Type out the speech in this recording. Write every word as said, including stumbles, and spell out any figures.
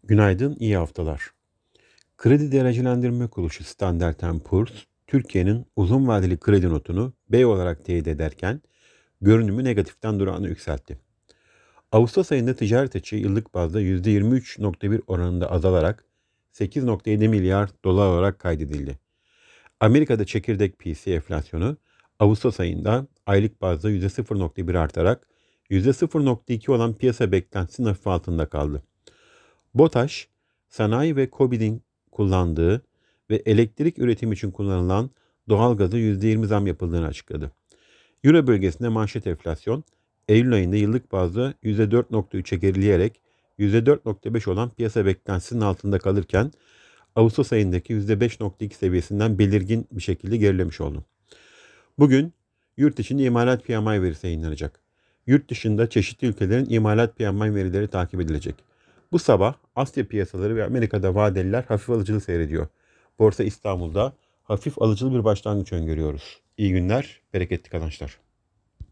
Günaydın, iyi haftalar. Kredi Derecelendirme Kuruluşu Standard and Poor's, Türkiye'nin uzun vadeli kredi notunu B olarak teyit ederken görünümü negatiften durağını yükseltti. Ağustos ayında ticaret açığı yıllık bazda yüzde yirmi üç nokta bir oranında azalarak sekiz nokta yedi milyar dolar olarak kaydedildi. Amerika'da çekirdek P C E enflasyonu Ağustos ayında aylık bazda yüzde sıfır nokta bir artarak yüzde sıfır nokta iki olan piyasa beklentisinin hafif altında kaldı. BOTAŞ, sanayi ve KOBİ'nin kullandığı ve elektrik üretimi için kullanılan doğalgaza yüzde yirmi zam yapıldığını açıkladı. Euro bölgesinde manşet enflasyon, Eylül ayında yıllık bazda yüzde dört nokta üçe gerileyerek yüzde dört nokta beş olan piyasa beklentisinin altında kalırken, Ağustos ayındaki yüzde beş nokta iki seviyesinden belirgin bir şekilde gerilemiş oldu. Bugün yurt içinde imalat P M I verisi yayınlanacak. Yurt dışında çeşitli ülkelerin imalat P M I verileri takip edilecek. Bu sabah Asya piyasaları ve Amerika'da vadeliler hafif alıcılı seyrediyor. Borsa İstanbul'da hafif alıcılı bir başlangıç öngörüyoruz. İyi günler, bereketli kazançlar.